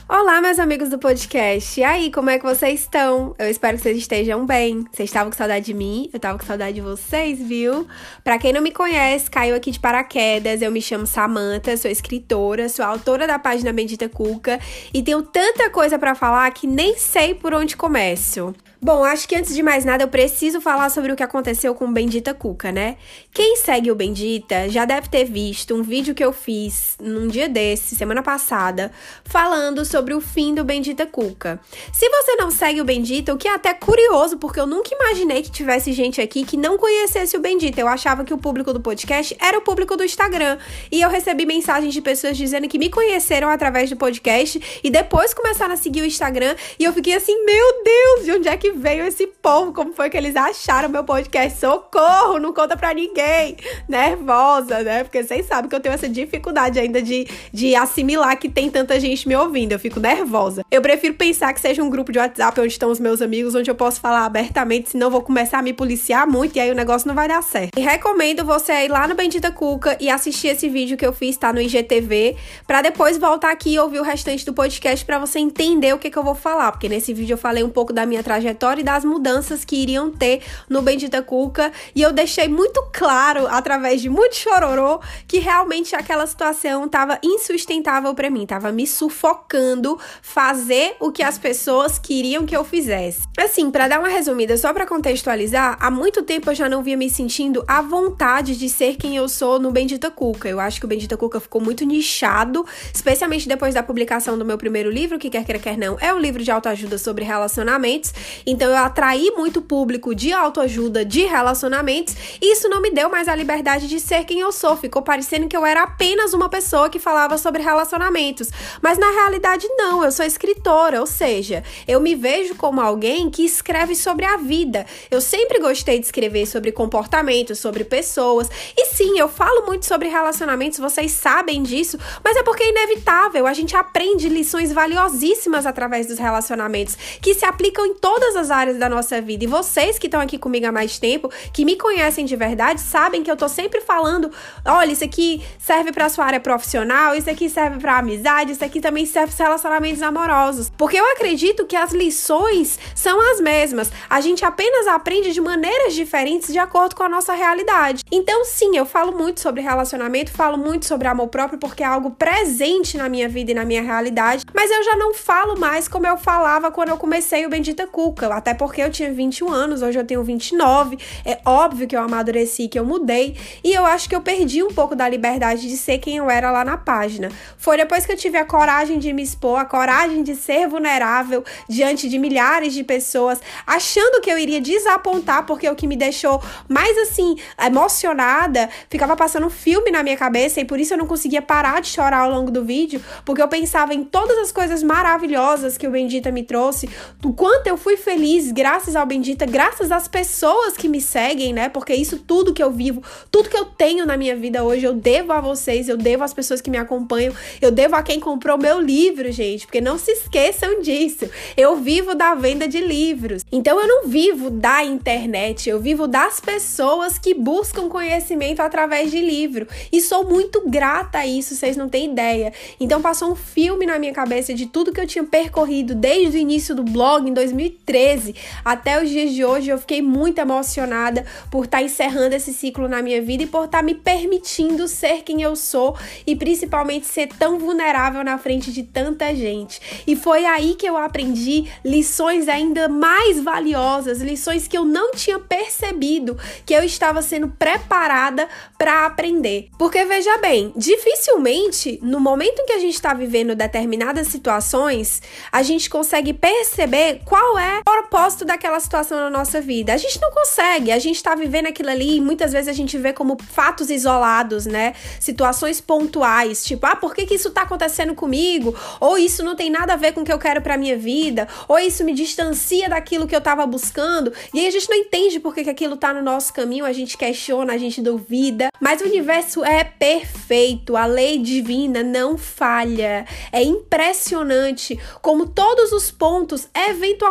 Olá, meus amigos do podcast. E aí, como é que vocês estão? Eu espero que vocês estejam bem. Vocês estavam com saudade de mim? Eu tava com saudade de vocês, viu? Pra quem não me conhece, caiu aqui de paraquedas. Eu me chamo Samantha, sou escritora, sou autora da página Bendita Cuca e tenho tanta coisa pra falar que nem sei por onde começo. Bom, acho que antes de mais nada eu preciso falar sobre o que aconteceu com o Bendita Cuca, né? Quem segue o Bendita já deve ter visto um vídeo que eu fiz num dia desse, semana passada, falando sobre o fim do Bendita Cuca. Se você não segue o Bendita, o que é até curioso, porque eu nunca imaginei que tivesse gente aqui que não conhecesse o Bendita. Eu achava que o público do podcast era o público do Instagram. E eu recebi mensagens de pessoas dizendo que me conheceram através do podcast e depois começaram a seguir o Instagram. E eu fiquei assim, meu Deus, de onde é que veio esse povo? Como foi que eles acharam meu podcast? Socorro, não conta pra ninguém. Nervosa, né? Porque vocês sabem que eu tenho essa dificuldade ainda de assimilar que tem tanta gente me ouvindo. Eu fico nervosa. Eu prefiro pensar que seja um grupo de WhatsApp onde estão os meus amigos, onde eu posso falar abertamente, senão eu vou começar a me policiar muito e aí o negócio não vai dar certo. E recomendo você ir lá no Bendita Cuca e assistir esse vídeo que eu fiz, tá no IGTV, pra depois voltar aqui e ouvir o restante do podcast pra você entender o que eu vou falar, porque nesse vídeo eu falei um pouco da minha trajetória e das mudanças que iriam ter no Bendita Cuca, e eu deixei muito claro, através de muito chororô, que realmente aquela situação tava insustentável pra mim, tava me sufocando fazer o que as pessoas queriam que eu fizesse. Assim, pra dar uma resumida, só pra contextualizar, há muito tempo eu já não via me sentindo à vontade de ser quem eu sou no Bendita Cuca. Eu acho que o Bendita Cuca ficou muito nichado, especialmente depois da publicação do meu primeiro livro, que quer queira, quer não, é um livro de autoajuda sobre relacionamentos. Então eu atraí muito público de autoajuda, de relacionamentos, e isso não me deu mais a liberdade de ser quem eu sou. Ficou parecendo que eu era apenas uma pessoa que falava sobre relacionamentos. Mas na realidade não, eu sou escritora, ou seja, eu me vejo como alguém que escreve sobre a vida. Eu sempre gostei de escrever sobre comportamento, sobre pessoas, e sim, eu falo muito sobre relacionamentos, vocês sabem disso, mas é porque é inevitável, a gente aprende lições valiosíssimas através dos relacionamentos, que se aplicam em todas as áreas da nossa vida. E vocês que estão aqui comigo há mais tempo, que me conhecem de verdade, sabem que eu tô sempre falando, olha, isso aqui serve pra sua área profissional, isso aqui serve pra amizade, isso aqui também serve para relacionamentos amorosos. Porque eu acredito que as lições são as mesmas. A gente apenas aprende de maneiras diferentes de acordo com a nossa realidade. Então, sim, eu falo muito sobre relacionamento, falo muito sobre amor próprio, porque é algo presente na minha vida e na minha realidade, mas eu já não falo mais como eu falava quando eu comecei o Bendita Cuca, até porque eu tinha 21 anos, hoje eu tenho 29, é óbvio que eu amadureci, que eu mudei, e eu acho que eu perdi um pouco da liberdade de ser quem eu era lá na página. Foi depois que eu tive a coragem de me expor, a coragem de ser vulnerável diante de milhares de pessoas, achando que eu iria desapontar, porque o que me deixou mais assim, emocionada, ficava passando um filme na minha cabeça, e por isso eu não conseguia parar de chorar ao longo do vídeo, porque eu pensava em todas as coisas maravilhosas que o Bendita me trouxe, o quanto eu fui feliz graças ao Bendita, graças às pessoas que me seguem, né? Porque isso tudo que eu vivo, tudo que eu tenho na minha vida hoje, eu devo a vocês, eu devo às pessoas que me acompanham, eu devo a quem comprou meu livro, gente, porque não se esqueçam disso. Eu vivo da venda de livros. Então eu não vivo da internet, eu vivo das pessoas que buscam conhecimento através de livro. E sou muito grata a isso, vocês não têm ideia. Então passou um filme na minha cabeça de tudo que eu tinha percorrido desde o início do blog, em 2013, até os dias de hoje. Eu fiquei muito emocionada por estar encerrando esse ciclo na minha vida e por estar me permitindo ser quem eu sou e principalmente ser tão vulnerável na frente de tanta gente. E foi aí que eu aprendi lições ainda mais valiosas, lições que eu não tinha percebido que eu estava sendo preparada para aprender. Porque veja bem, dificilmente no momento em que a gente está vivendo determinadas situações, a gente consegue perceber qual é o propósito daquela situação na nossa vida. A gente não consegue, a gente tá vivendo aquilo ali e muitas vezes a gente vê como fatos isolados, né? Situações pontuais, tipo, por que isso tá acontecendo comigo? Ou isso não tem nada a ver com o que eu quero pra minha vida? Ou isso me distancia daquilo que eu tava buscando? E aí a gente não entende por que aquilo tá no nosso caminho, a gente questiona, a gente duvida. Mas o universo é perfeito, a lei divina não falha. É impressionante como todos os pontos eventualmente se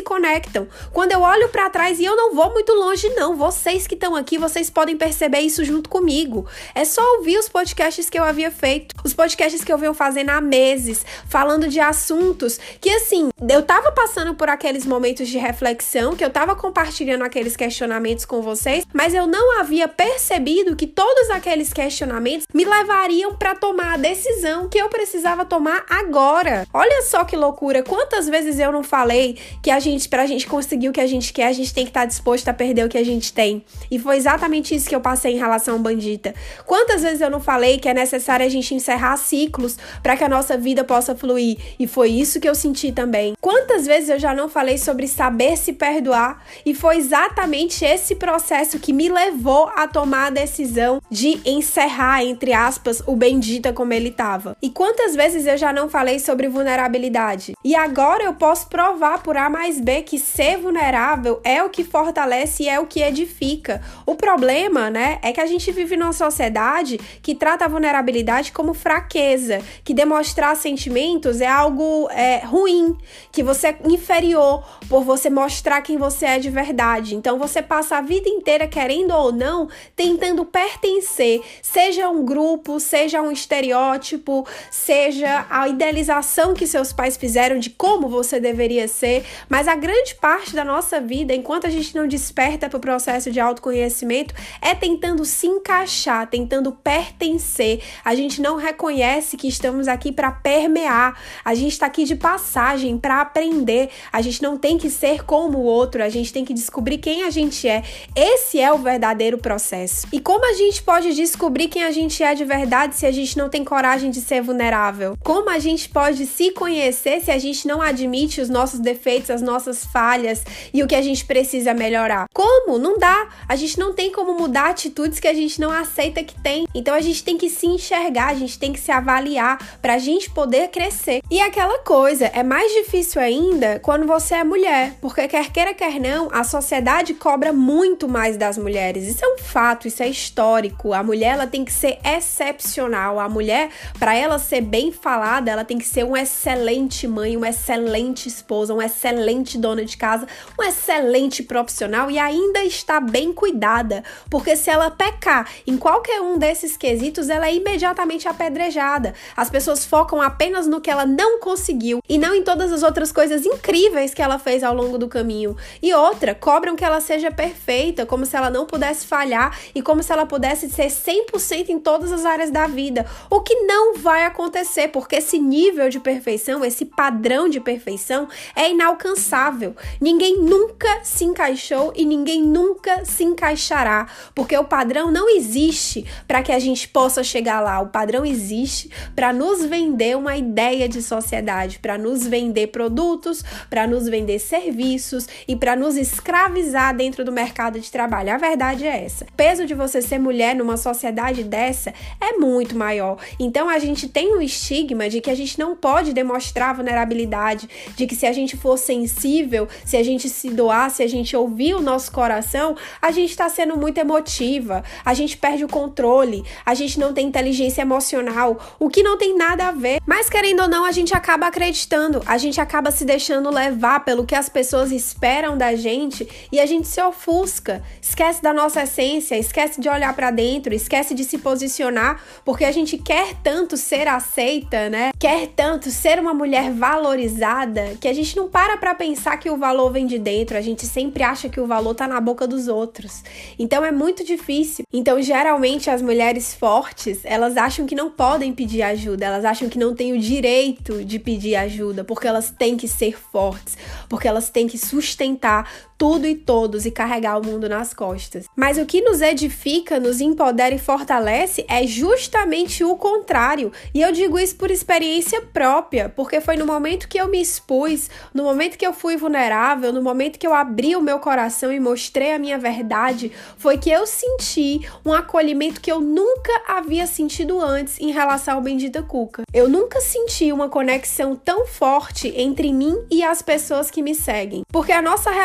conectam. Quando eu olho pra trás, e eu não vou muito longe não, vocês que estão aqui, vocês podem perceber isso junto comigo. É só ouvir os podcasts que eu havia feito, os podcasts que eu venho fazendo há meses, falando de assuntos que, assim, eu tava passando por aqueles momentos de reflexão, que eu tava compartilhando aqueles questionamentos com vocês, mas eu não havia percebido que todos aqueles questionamentos me levariam pra tomar a decisão que eu precisava tomar agora. Olha só que loucura, quantas vezes eu não falei que pra gente conseguir o que a gente quer, a gente tem que estar disposto a perder o que a gente tem. E foi exatamente isso que eu passei em relação ao Bandita. Quantas vezes eu não falei que é necessário a gente encerrar ciclos para que a nossa vida possa fluir? E foi isso que eu senti também. Quantas vezes eu já não falei sobre saber se perdoar? E foi exatamente esse processo que me levou a tomar a decisão de encerrar, entre aspas, o Bandita como ele estava. E quantas vezes eu já não falei sobre vulnerabilidade? E agora eu posso provar por A mais B que ser vulnerável é o que fortalece e é o que edifica. O problema, né, é que a gente vive numa sociedade que trata a vulnerabilidade como fraqueza, que demonstrar sentimentos é algo ruim, que você é inferior por você mostrar quem você é de verdade. Então você passa a vida inteira, querendo ou não, tentando pertencer, seja um grupo, seja um estereótipo, seja a idealização que seus pais fizeram de como você deveria ser, mas a grande parte da nossa vida, enquanto a gente não desperta para o processo de autoconhecimento, é tentando se encaixar, tentando pertencer. A gente não reconhece que estamos aqui para permear, a gente está aqui de passagem para aprender, a gente não tem que ser como o outro, a gente tem que descobrir quem a gente é. Esse é o verdadeiro processo. E como a gente pode descobrir quem a gente é de verdade se a gente não tem coragem de ser vulnerável? Como a gente pode se conhecer se a gente não admite os nossos defeitos, as nossas falhas e o que a gente precisa melhorar? Como? Não dá. A gente não tem como mudar atitudes que a gente não aceita que tem. Então a gente tem que se enxergar, a gente tem que se avaliar pra gente poder crescer. E aquela coisa, é mais difícil ainda quando você é mulher, porque quer queira, quer não, a sociedade cobra muito mais das mulheres. Isso é um fato, isso é histórico. A mulher, ela tem que ser excepcional. A mulher, pra ela ser bem falada, ela tem que ser uma excelente mãe, uma excelente esposa, uma excelente dona de casa, uma excelente profissional e ainda está bem cuidada, porque se ela pecar em qualquer um desses quesitos, ela é imediatamente apedrejada. As pessoas focam apenas no que ela não conseguiu e não em todas as outras coisas incríveis que ela fez ao longo do caminho. E outra, cobram que ela seja perfeita, como se ela não pudesse falhar e como se ela pudesse ser 100% em todas as áreas da vida, o que não vai acontecer, porque esse nível de perfeição, esse padrão de perfeição é inalcançável. Ninguém nunca se encaixou e ninguém nunca se encaixará, porque o padrão não existe para que a gente possa chegar lá. O padrão existe para nos vender uma ideia de sociedade, para nos vender produtos, para nos vender serviços e para nos escravizar dentro do mercado de trabalho. A verdade é essa. O peso de você ser mulher numa sociedade dessa é muito maior. Então a gente tem um estigma de que a gente não pode demonstrar vulnerabilidade, de que se a gente for sensível, se a gente se doar, se a gente ouvir o nosso coração, a gente está sendo muito emotiva, a gente perde o controle, a gente não tem inteligência emocional, o que não tem nada a ver. Mas querendo ou não, a gente acaba acreditando, a gente acaba se deixando levar pelo que as pessoas esperam da gente e a gente se ofusca, esquece da nossa essência, esquece de olhar pra dentro, esquece de se posicionar, porque a gente quer tanto ser aceita, né? Quer tanto ser uma mulher valorizada, que a gente não para pra pensar que o valor vem de dentro, a gente sempre acha que o valor tá na boca dos outros. Então é muito difícil. Então geralmente as mulheres fortes, elas acham que não podem pedir ajuda, elas acham que não têm o direito de pedir ajuda, porque elas têm que ser fortes, porque elas têm que sustentar tudo e todos e carregar o mundo nas costas. Mas o que nos edifica, nos empodera e fortalece é justamente o contrário. E eu digo isso por experiência própria, porque foi no momento que eu me expus, no momento que eu fui vulnerável, no momento que eu abri o meu coração e mostrei a minha verdade, foi que eu senti um acolhimento que eu nunca havia sentido antes em relação ao Bendita Cuca. Eu nunca senti uma conexão tão forte entre mim e as pessoas que me seguem, porque a nossa relação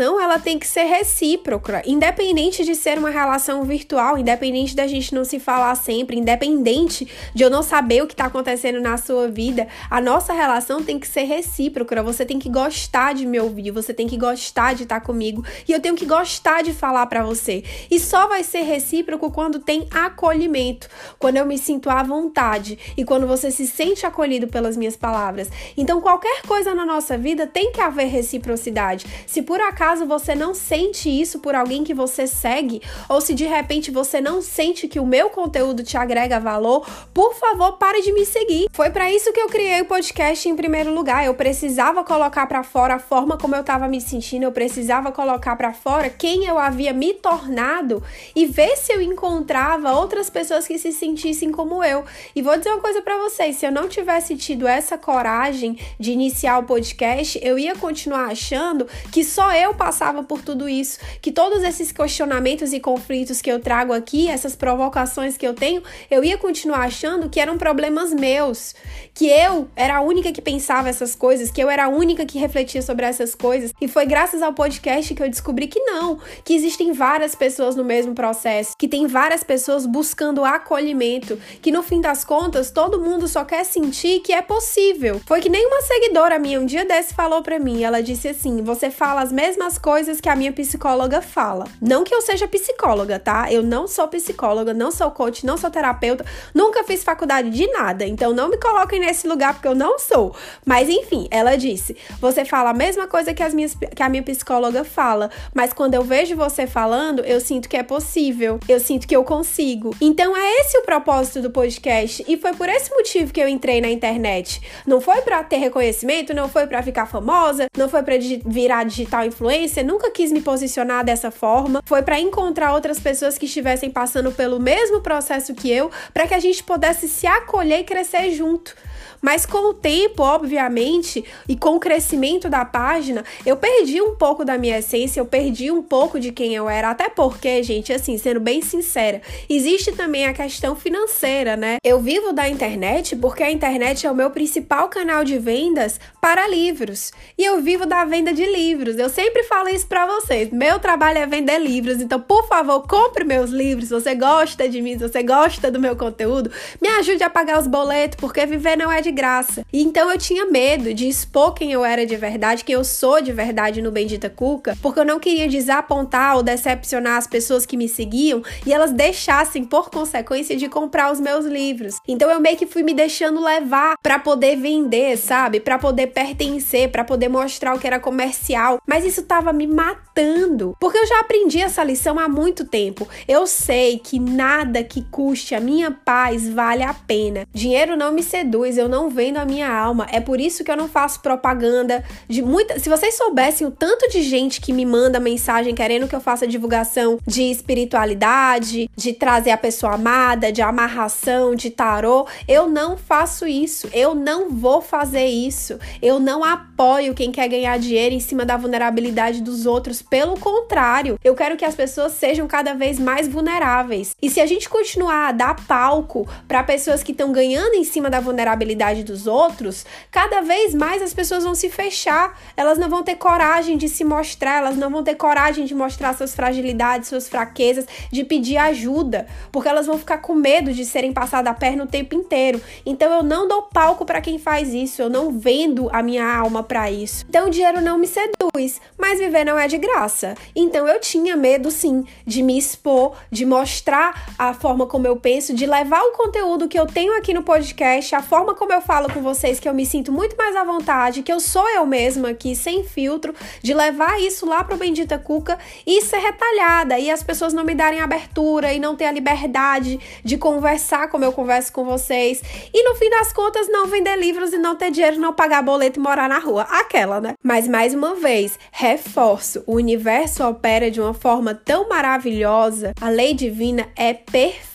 relação, ela tem que ser recíproca, independente de ser uma relação virtual, independente da gente não se falar sempre, independente de eu não saber o que tá acontecendo na sua vida, a nossa relação tem que ser recíproca. Você tem que gostar de me ouvir, você tem que gostar de estar comigo e eu tenho que gostar de falar pra você. E só vai ser recíproco quando tem acolhimento, quando eu me sinto à vontade e quando você se sente acolhido pelas minhas palavras. Então, qualquer coisa na nossa vida tem que haver reciprocidade. Se por acaso você não sente isso por alguém que você segue, ou se de repente você não sente que o meu conteúdo te agrega valor, por favor, pare de me seguir. Foi pra isso que eu criei o podcast em primeiro lugar. Eu precisava colocar pra fora a forma como eu tava me sentindo, eu precisava colocar pra fora quem eu havia me tornado e ver se eu encontrava outras pessoas que se sentissem como eu. E vou dizer uma coisa pra vocês, se eu não tivesse tido essa coragem de iniciar o podcast, eu ia continuar achando que só eu passava por tudo isso, que todos esses questionamentos e conflitos que eu trago aqui, essas provocações que eu tenho, eu ia continuar achando que eram problemas meus, que eu era a única que pensava essas coisas, que eu era a única que refletia sobre essas coisas. E foi graças ao podcast que eu descobri que não, que existem várias pessoas no mesmo processo, que tem várias pessoas buscando acolhimento, que no fim das contas todo mundo só quer sentir que é possível. Foi que nem uma seguidora minha um dia desse falou pra mim, ela disse assim: você fala as mesmas coisas que a minha psicóloga fala. Não que eu seja psicóloga, tá? Eu não sou psicóloga, não sou coach, não sou terapeuta, nunca fiz faculdade de nada, então não me coloquem nesse lugar porque eu não sou. Mas enfim, ela disse: você fala a mesma coisa que a minha psicóloga fala, mas quando eu vejo você falando, eu sinto que é possível, eu sinto que eu consigo. Então é esse o propósito do podcast e foi por esse motivo que eu entrei na internet. Não foi pra ter reconhecimento, não foi pra ficar famosa, não foi pra virar digital influencer, nunca quis me posicionar dessa forma, foi pra encontrar outras pessoas que estivessem passando pelo mesmo processo que eu, pra que a gente pudesse se acolher e crescer junto. Mas com o tempo, obviamente, e com o crescimento da página, eu perdi um pouco da minha essência, eu perdi um pouco de quem eu era, até porque, gente, assim, sendo bem sincera, existe também a questão financeira, né? Eu vivo da internet porque a internet é o meu principal canal de vendas para livros, e eu vivo da venda de livros. Eu sempre falo isso pra vocês, meu trabalho é vender livros, então, por favor, compre meus livros. Se você gosta de mim, se você gosta do meu conteúdo, me ajude a pagar os boletos, porque viver não é de graça. E então eu tinha medo de expor quem eu era de verdade, quem eu sou de verdade no Bendita Cuca, porque eu não queria desapontar ou decepcionar as pessoas que me seguiam e elas deixassem, por consequência, de comprar os meus livros. Então eu meio que fui me deixando levar pra poder vender, sabe? Pra poder pertencer, pra poder mostrar o que era comercial. Mas isso tava me matando, porque eu já aprendi essa lição há muito tempo. Eu sei que nada que custe a minha paz vale a pena. Dinheiro não me seduz, eu não vendo a minha alma. É por isso que eu não faço propaganda de muita... Se vocês soubessem o tanto de gente que me manda mensagem querendo que eu faça divulgação de espiritualidade, de trazer a pessoa amada, de amarração, de tarô, eu não faço isso. Eu não vou fazer isso. Eu não apoio quem quer ganhar dinheiro em cima da vulnerabilidade dos outros. Pelo contrário, eu quero que as pessoas sejam cada vez mais vulneráveis. E se a gente continuar a dar palco para pessoas que estão ganhando em cima da vulnerabilidade dos outros, cada vez mais as pessoas vão se fechar, elas não vão ter coragem de se mostrar, elas não vão ter coragem de mostrar suas fragilidades, suas fraquezas, de pedir ajuda, porque elas vão ficar com medo de serem passadas a perna o tempo inteiro. Então eu não dou palco para quem faz isso, eu não vendo a minha alma para isso. Então o dinheiro não me seduz, mas viver não é de graça. Então eu tinha medo sim de me expor, de mostrar a forma como eu penso, de levar o conteúdo que eu tenho aqui no podcast, a forma como eu falo com vocês, que eu me sinto muito mais à vontade, que eu sou eu mesma aqui, sem filtro, de levar isso lá pro Bendita Cuca e ser retalhada, e as pessoas não me darem abertura e não ter a liberdade de conversar como eu converso com vocês, e no fim das contas não vender livros e não ter dinheiro, não pagar boleto e morar na rua, aquela, né? Mas mais uma vez, reforço, o universo opera de uma forma tão maravilhosa, a lei divina é perfeita.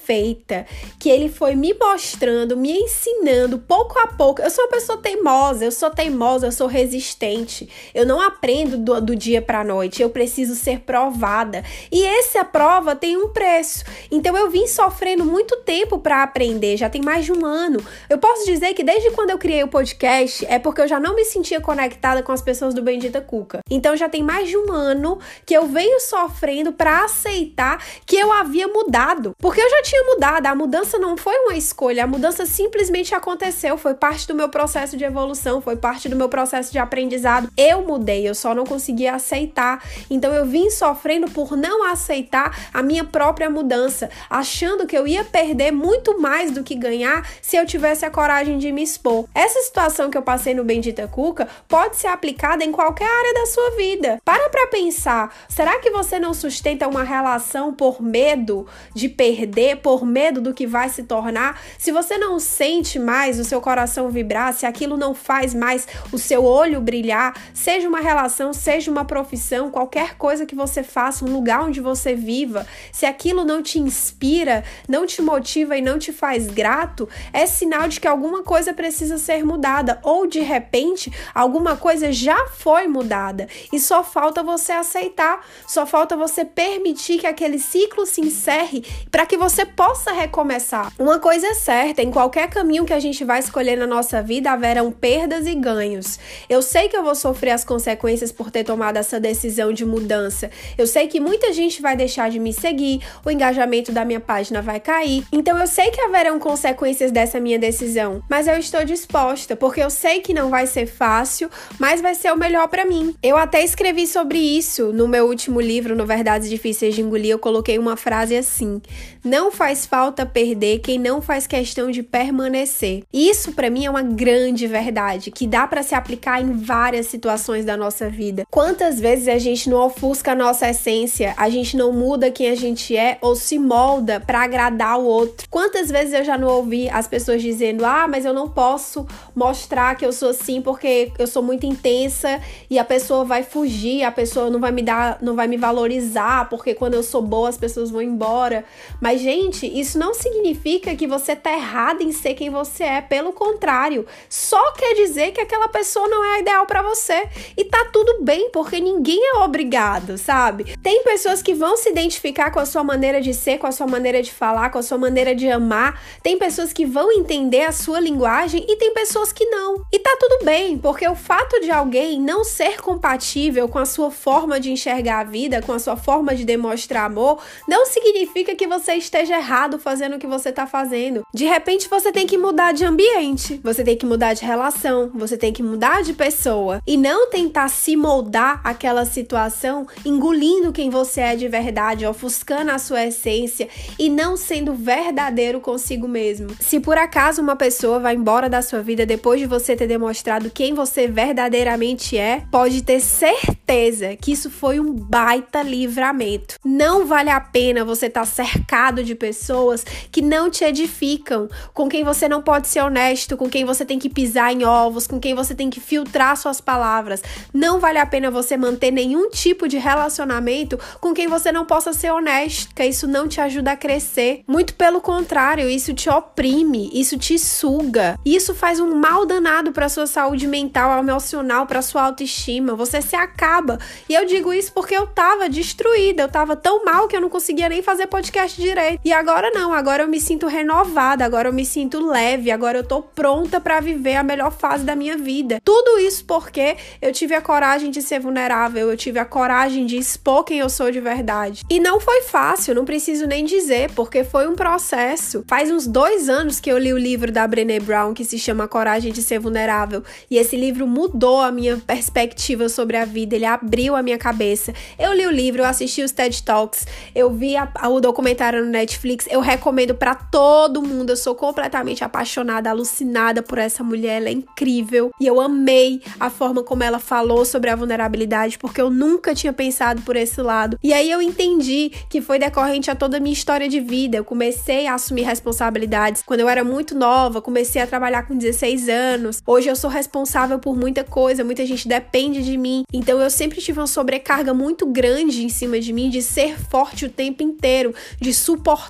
perfeita que ele foi me mostrando, me ensinando pouco a pouco. Eu sou uma pessoa teimosa, eu sou resistente. Eu não aprendo do dia para a noite, eu preciso ser provada. E essa prova tem um preço. Então eu vim sofrendo muito tempo para aprender, já tem mais de um ano. Eu posso dizer que desde quando eu criei o podcast é porque eu já não me sentia conectada com as pessoas do Bendita Cuca. Então já tem mais de um ano que eu venho sofrendo para aceitar que eu havia mudado. Porque eu já tinha mudado, a mudança não foi uma escolha, a mudança simplesmente aconteceu, foi parte do meu processo de evolução, foi parte do meu processo de aprendizado. Eu mudei, eu só não conseguia aceitar. Então eu vim sofrendo por não aceitar a minha própria mudança, achando que eu ia perder muito mais do que ganhar se eu tivesse a coragem de me expor. Essa situação que eu passei no Bendita Cuca pode ser aplicada em qualquer área da sua vida. Para pra pensar, será que você não sustenta uma relação por medo de perder, por medo do que vai se tornar? Se você não sente mais o seu coração vibrar, se aquilo não faz mais o seu olho brilhar, seja uma relação, seja uma profissão, qualquer coisa que você faça, um lugar onde você viva, se aquilo não te inspira, não te motiva e não te faz grato, é sinal de que alguma coisa precisa ser mudada, ou de repente alguma coisa já foi mudada e só falta você aceitar, só falta você permitir que aquele ciclo se encerre para que você possa recomeçar. Uma coisa é certa, em qualquer caminho que a gente vai escolher na nossa vida haverão perdas e ganhos. Eu sei que eu vou sofrer as consequências por ter tomado essa decisão de mudança. Eu sei que muita gente vai deixar de me seguir, o engajamento da minha página vai cair. Então eu sei que haverão consequências dessa minha decisão, mas eu estou disposta, porque eu sei que não vai ser fácil, mas vai ser o melhor para mim. Eu até escrevi sobre isso no meu último livro, no Verdades Difíceis de Engolir. Eu coloquei uma frase assim: não faz falta perder quem não faz questão de permanecer. Isso para mim é uma grande verdade, que dá para se aplicar em várias situações da nossa vida. Quantas vezes a gente não ofusca a nossa essência, a gente não muda quem a gente é ou se molda para agradar o outro? Quantas vezes eu já não ouvi as pessoas dizendo: mas eu não posso mostrar que eu sou assim porque eu sou muito intensa e a pessoa vai fugir, a pessoa não vai me valorizar, porque quando eu sou boa as pessoas vão embora. Mas gente, isso não significa que você tá errada em ser quem você é, pelo contrário, só quer dizer que aquela pessoa não é a ideal pra você, e tá tudo bem, porque ninguém é obrigado, sabe? Tem pessoas que vão se identificar com a sua maneira de ser, com a sua maneira de falar, com a sua maneira de amar, tem pessoas que vão entender a sua linguagem e tem pessoas que não, e tá tudo bem, porque o fato de alguém não ser compatível com a sua forma de enxergar a vida, com a sua forma de demonstrar amor, não significa que você esteja errado fazendo o que você tá fazendo. De repente você tem que mudar de ambiente, você tem que mudar de relação, você tem que mudar de pessoa e não tentar se moldar àquela situação engolindo quem você é de verdade, ofuscando a sua essência e não sendo verdadeiro consigo mesmo. Se por acaso uma pessoa vai embora da sua vida depois de você ter demonstrado quem você verdadeiramente é, pode ter certeza que isso foi um baita livramento. Não vale a pena você estar cercado de pessoas que não te edificam, com quem você não pode ser honesto, com quem você tem que pisar em ovos, com quem você tem que filtrar suas palavras. Não vale a pena você manter nenhum tipo de relacionamento com quem você não possa ser honesto, porque isso não te ajuda a crescer. Muito pelo contrário, isso te oprime, isso te suga. Isso faz um mal danado para sua saúde mental, emocional, para sua autoestima. Você se acaba. E eu digo isso porque eu tava destruída, eu tava tão mal que eu não conseguia nem fazer podcast direito. E agora não, agora eu me sinto renovada, agora eu me sinto leve, agora eu tô pronta pra viver a melhor fase da minha vida. Tudo isso porque eu tive a coragem de ser vulnerável, eu tive a coragem de expor quem eu sou de verdade. E não foi fácil, não preciso nem dizer, porque foi um processo. Faz uns 2 anos que eu li o livro da Brené Brown, que se chama Coragem de Ser Vulnerável, e esse livro mudou a minha perspectiva sobre a vida, ele abriu a minha cabeça. Eu li o livro, eu assisti os TED Talks, eu vi o documentário no Netflix, eu recomendo pra todo mundo, eu sou completamente apaixonada, alucinada por essa mulher, ela é incrível, e eu amei a forma como ela falou sobre a vulnerabilidade, porque eu nunca tinha pensado por esse lado, e aí eu entendi que foi decorrente a toda a minha história de vida. Eu comecei a assumir responsabilidades quando eu era muito nova, comecei a trabalhar com 16 anos, hoje eu sou responsável por muita coisa, muita gente depende de mim, então eu sempre tive uma sobrecarga muito grande em cima de mim, de ser forte o tempo inteiro, de suportar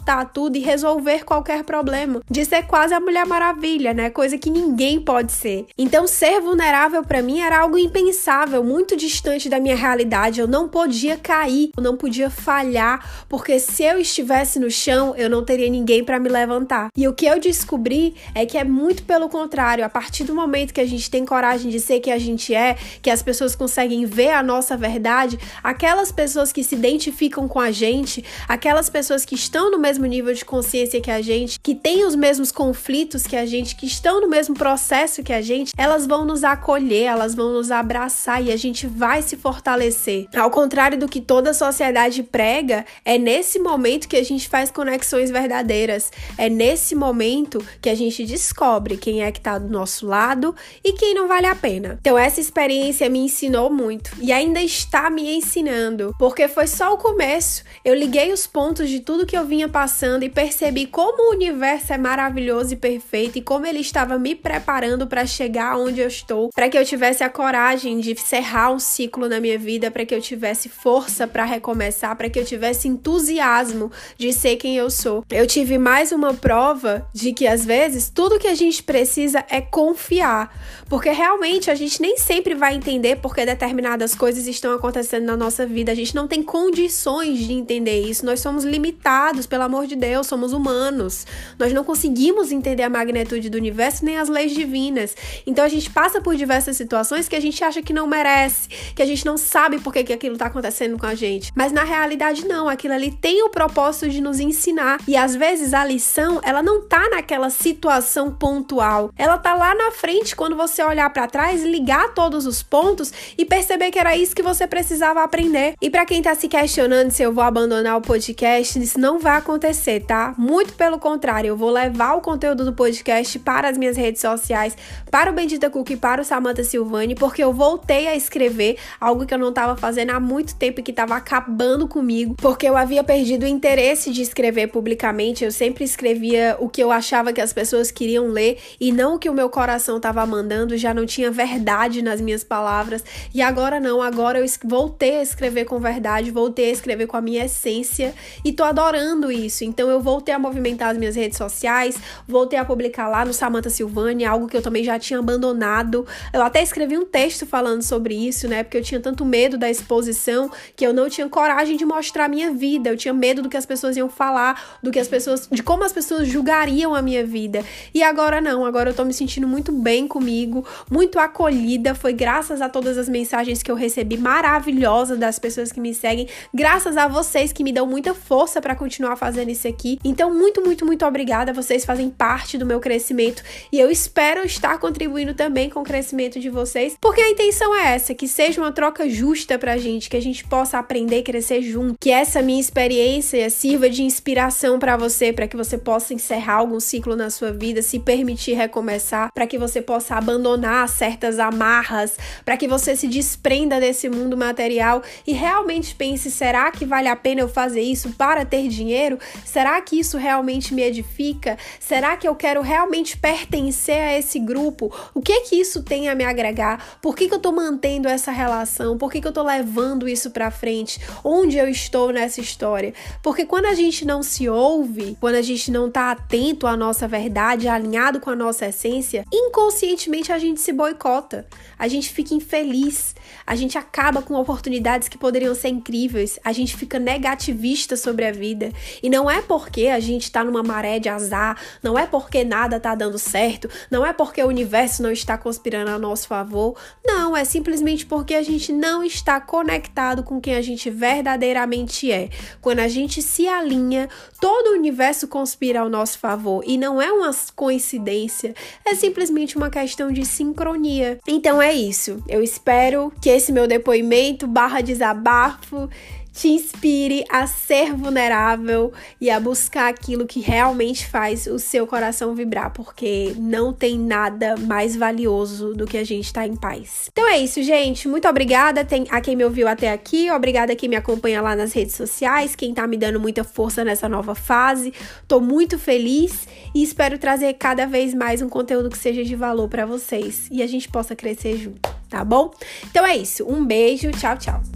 suportar tudo e resolver qualquer problema, de ser quase a Mulher Maravilha, né? Coisa que ninguém pode ser. Então, ser vulnerável pra mim era algo impensável, muito distante da minha realidade. Eu não podia cair, eu não podia falhar, porque se eu estivesse no chão, eu não teria ninguém pra me levantar. E o que eu descobri é que é muito pelo contrário. A partir do momento que a gente tem coragem de ser quem a gente é, que as pessoas conseguem ver a nossa verdade, aquelas pessoas que se identificam com a gente, aquelas pessoas que estão no mesmo nível de consciência que a gente, que têm os mesmos conflitos que a gente, que estão no mesmo processo que a gente, elas vão nos acolher, elas vão nos abraçar e a gente vai se fortalecer. Ao contrário do que toda a sociedade prega, é nesse momento que a gente faz conexões verdadeiras. É nesse momento que a gente descobre quem é que tá do nosso lado e quem não vale a pena. Então essa experiência me ensinou muito e ainda está me ensinando, porque foi só o começo. Eu liguei os pontos de tudo que eu vinha passando e percebi como o universo é maravilhoso e perfeito e como ele estava me preparando para chegar onde eu estou, para que eu tivesse a coragem de encerrar um ciclo na minha vida, para que eu tivesse força para recomeçar, para que eu tivesse entusiasmo de ser quem eu sou. Eu tive mais uma prova de que às vezes tudo que a gente precisa é confiar, porque realmente a gente nem sempre vai entender porque determinadas coisas estão acontecendo na nossa vida. A gente não tem condições de entender isso. Nós somos limitados, pelo amor de Deus, somos humanos. Nós não conseguimos entender a magnitude do universo nem as leis divinas. Então a gente passa por diversas situações que a gente acha que não merece, que a gente não sabe por que aquilo tá acontecendo com a gente. Mas na realidade não, aquilo ali tem o propósito de nos ensinar. E às vezes a lição, ela não tá naquela situação pontual. Ela tá lá na frente quando você olhar pra trás, ligar todos os pontos e perceber que era isso que você precisava aprender. E pra quem tá se questionando se eu vou abandonar o podcast, isso não vai acontecer, tá? Muito pelo contrário, eu vou levar o conteúdo do podcast para as minhas redes sociais, para o Bendita Cook e para o Samantha Silvani, porque eu voltei a escrever algo que eu não tava fazendo há muito tempo e que tava acabando comigo, porque eu havia perdido o interesse de escrever publicamente. Eu sempre escrevia o que eu achava que as pessoas queriam ler e não o que o meu coração tava mandando, já não tinha verdade nas minhas palavras. E agora não, agora eu voltei a escrever com verdade, voltei a escrever com a minha essência e tô adorando isso. Então eu voltei a movimentar as minhas redes sociais, voltei a publicar lá no Samantha Silvani, algo que eu também já tinha abandonado. Eu até escrevi um texto falando sobre isso, né? Porque eu tinha tanto medo da exposição que eu não tinha coragem de mostrar a minha vida. Eu tinha medo do que as pessoas iam falar, de como as pessoas julgariam a minha vida. E agora não, agora eu tô me sentindo muito bem comigo, muito acolhida. Foi graças a todas as mensagens que eu recebi maravilhosas das pessoas que me seguem, graças a vocês que me dão muita força pra continuar fazendo isso aqui. Então, muito, muito, muito obrigada. Vocês fazem parte do meu crescimento e eu espero estar contribuindo também com o crescimento de vocês, porque a intenção é essa, que seja uma troca justa pra gente, que a gente possa aprender e crescer junto, que essa minha experiência sirva de inspiração pra você, pra que você possa encerrar algum ciclo na sua vida, se permitir recomeçar, pra que você possa abandonar certas amarras, pra que você se desprenda desse mundo material e realmente pense, será que vale a pena eu fazer isso para ter dinheiro? Será que isso realmente me edifica? Será que eu quero realmente pertencer a esse grupo? O que isso tem a me agregar? Por que eu tô mantendo essa relação? Por que eu tô levando isso pra frente? Onde eu estou nessa história? Porque quando a gente não se ouve, quando a gente não tá atento à nossa verdade, alinhado com a nossa essência, inconscientemente a gente se boicota, a gente fica infeliz, a gente acaba com oportunidades que poderiam ser incríveis, a gente fica negativista sobre a vida. E não é porque a gente tá numa maré de azar, não é porque nada tá dando certo, não é porque o universo não está conspirando a nosso favor, não, é simplesmente porque a gente não está conectado com quem a gente verdadeiramente é. Quando a gente se alinha, todo o universo conspira ao nosso favor e não é uma coincidência, é simplesmente uma questão de sincronia. Então é isso, eu espero que esse meu depoimento / desabafo te inspire a ser vulnerável e a buscar aquilo que realmente faz o seu coração vibrar, porque não tem nada mais valioso do que a gente estar em paz. Então é isso, gente. Muito obrigada a quem me ouviu até aqui, obrigada a quem me acompanha lá nas redes sociais, quem tá me dando muita força nessa nova fase. Tô muito feliz e espero trazer cada vez mais um conteúdo que seja de valor pra vocês e a gente possa crescer junto, tá bom? Então é isso. Um beijo, tchau, tchau.